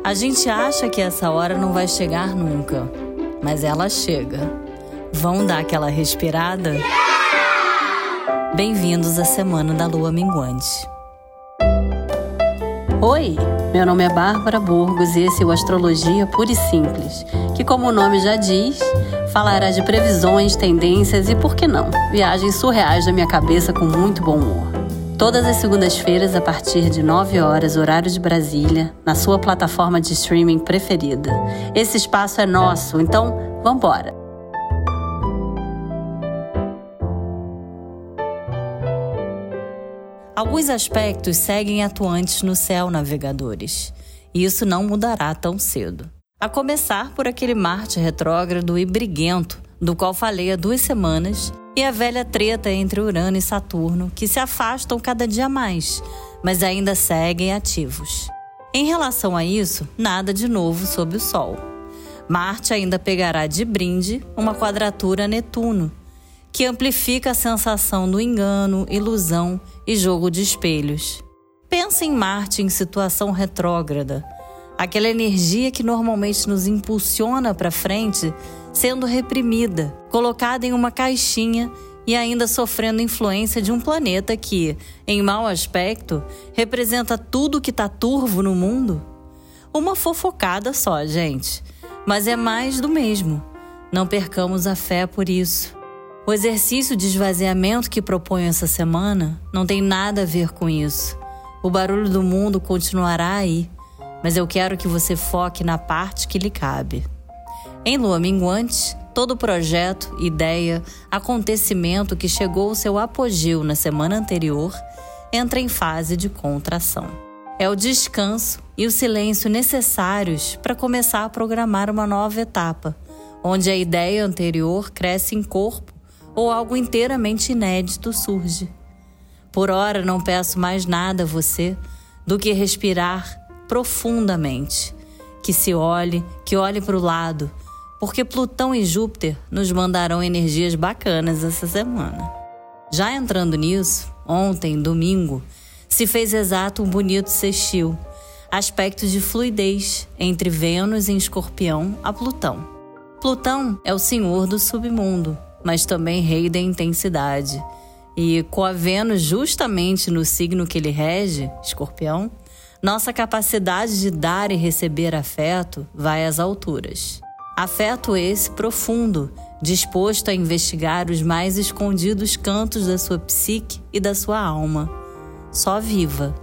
A gente acha que essa hora não vai chegar nunca, mas ela chega. Vão dar aquela respirada? Bem-vindos à Semana da Lua Minguante. Oi, meu nome é Bárbara Burgos e esse é o Astrologia Pura e Simples, que, como o nome já diz, falará de previsões, tendências e, por que não, viagens surreais da minha cabeça com muito bom humor. Todas as segundas-feiras, a partir de 9 horas, horário de Brasília, na sua plataforma de streaming preferida. Esse espaço é nosso, então vambora! Alguns aspectos seguem atuantes no céu, navegadores. E isso não mudará tão cedo. A começar por aquele Marte retrógrado e briguento, do qual falei há 2 semanas, e a velha treta entre Urano e Saturno, que se afastam cada dia mais, mas ainda seguem ativos. Em relação a isso, nada de novo sob o Sol. Marte ainda pegará de brinde uma quadratura a Netuno, que amplifica a sensação do engano, ilusão e jogo de espelhos. Pensa em Marte em situação retrógrada, aquela energia que normalmente nos impulsiona para frente, sendo reprimida, colocada em uma caixinha e ainda sofrendo influência de um planeta que, em mau aspecto, representa tudo que está turvo no mundo? Uma fofocada só, gente. Mas é mais do mesmo. Não percamos a fé por isso. O exercício de esvaziamento que proponho essa semana não tem nada a ver com isso. O barulho do mundo continuará aí, mas eu quero que você foque na parte que lhe cabe. Em Lua Minguante, todo projeto, ideia, acontecimento que chegou ao seu apogeu na semana anterior entra em fase de contração. É o descanso e o silêncio necessários para começar a programar uma nova etapa, onde a ideia anterior cresce em corpo ou algo inteiramente inédito surge. Por ora, não peço mais nada a você do que respirar profundamente, que olhe para o lado, porque Plutão e Júpiter nos mandarão energias bacanas essa semana. Já entrando nisso, ontem, domingo, se fez exato um bonito sextil, aspecto de fluidez entre Vênus em Escorpião a Plutão. Plutão é o senhor do submundo, mas também rei da intensidade. E com a Vênus justamente no signo que ele rege, Escorpião, nossa capacidade de dar e receber afeto vai às alturas. Afeto esse profundo, disposto a investigar os mais escondidos cantos da sua psique e da sua alma. Só viva.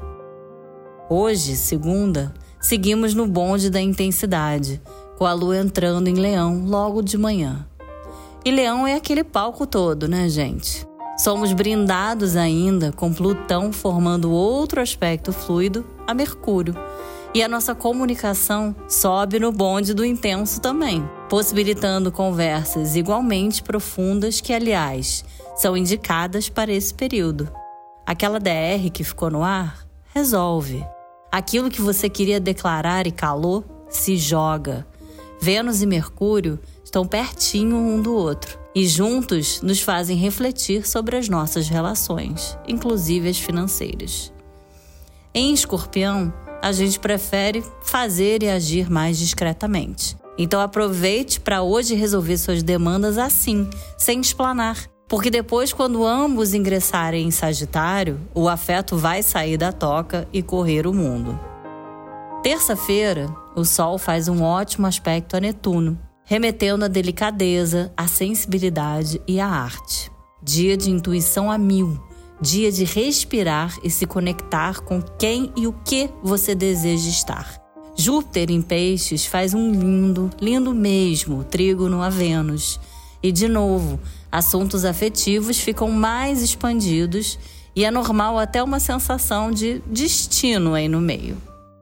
Hoje, segunda, seguimos no bonde da intensidade, com a Lua entrando em Leão logo de manhã. E Leão é aquele palco todo, né, gente? Somos brindados ainda com Plutão formando outro aspecto fluido a Mercúrio. E a nossa comunicação sobe no bonde do intenso também, possibilitando conversas igualmente profundas que, aliás, são indicadas para esse período. Aquela DR que ficou no ar, resolve. Aquilo que você queria declarar e calou, se joga. Vênus e Mercúrio estão pertinho um do outro e juntos nos fazem refletir sobre as nossas relações, inclusive as financeiras. Em Escorpião, a gente prefere fazer e agir mais discretamente. Então aproveite para hoje resolver suas demandas assim, sem explanar. Porque depois, quando ambos ingressarem em Sagitário, o afeto vai sair da toca e correr o mundo. Terça-feira, o Sol faz um ótimo aspecto a Netuno, remetendo à delicadeza, à sensibilidade e à arte. Dia de intuição a 1000. Dia de respirar e se conectar com quem e o que você deseja estar. Júpiter em Peixes faz um lindo mesmo, trígono a Vênus. E, de novo, assuntos afetivos ficam mais expandidos e é normal até uma sensação de destino aí no meio.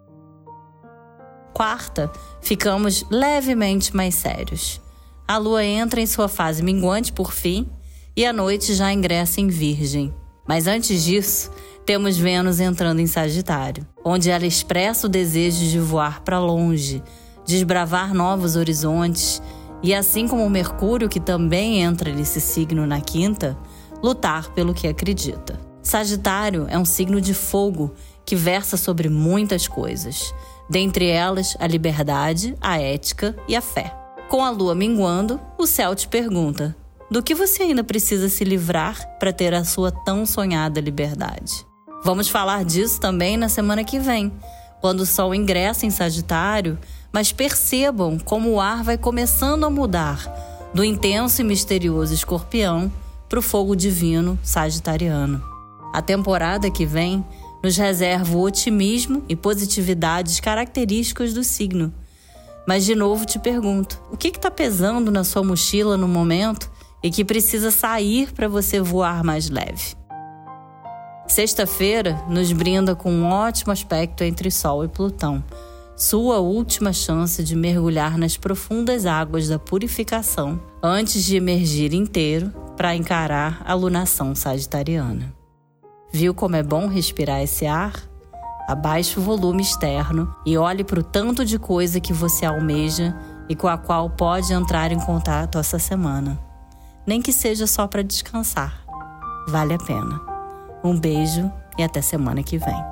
Quarta, ficamos levemente mais sérios. A Lua entra em sua fase minguante por fim e a noite já ingressa em Virgem. Mas antes disso, temos Vênus entrando em Sagitário, onde ela expressa o desejo de voar para longe, desbravar novos horizontes e, assim como o Mercúrio, que também entra nesse signo na quinta, lutar pelo que acredita. Sagitário é um signo de fogo que versa sobre muitas coisas, dentre elas a liberdade, a ética e a fé. Com a lua minguando, o céu te pergunta: do que você ainda precisa se livrar para ter a sua tão sonhada liberdade? Vamos falar disso também na semana que vem, quando o Sol ingressa em Sagitário, mas percebam como o ar vai começando a mudar do intenso e misterioso Escorpião para o fogo divino sagitariano. A temporada que vem nos reserva o otimismo e positividades características do signo. Mas de novo te pergunto, o que está pesando na sua mochila no momento e que precisa sair para você voar mais leve? Sexta-feira nos brinda com um ótimo aspecto entre Sol e Plutão, sua última chance de mergulhar nas profundas águas da purificação antes de emergir inteiro para encarar a lunação sagitariana. Viu como é bom respirar esse ar? Abaixe o volume externo e olhe para o tanto de coisa que você almeja e com a qual pode entrar em contato essa semana. Nem que seja só para descansar. Vale a pena. Um beijo e até semana que vem.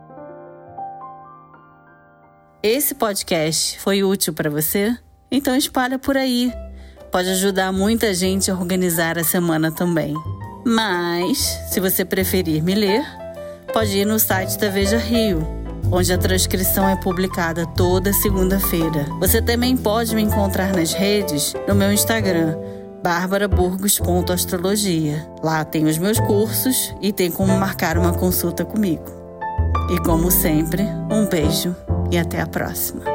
Esse podcast foi útil para você? Então espalha por aí. Pode ajudar muita gente a organizar a semana também. Mas, se você preferir me ler, pode ir no site da Veja Rio, onde a transcrição é publicada toda segunda-feira. Você também pode me encontrar nas redes no meu Instagram, barbaraburgos.astrologia. Lá tem os meus cursos e tem como marcar uma consulta comigo. E como sempre, um beijo e até a próxima.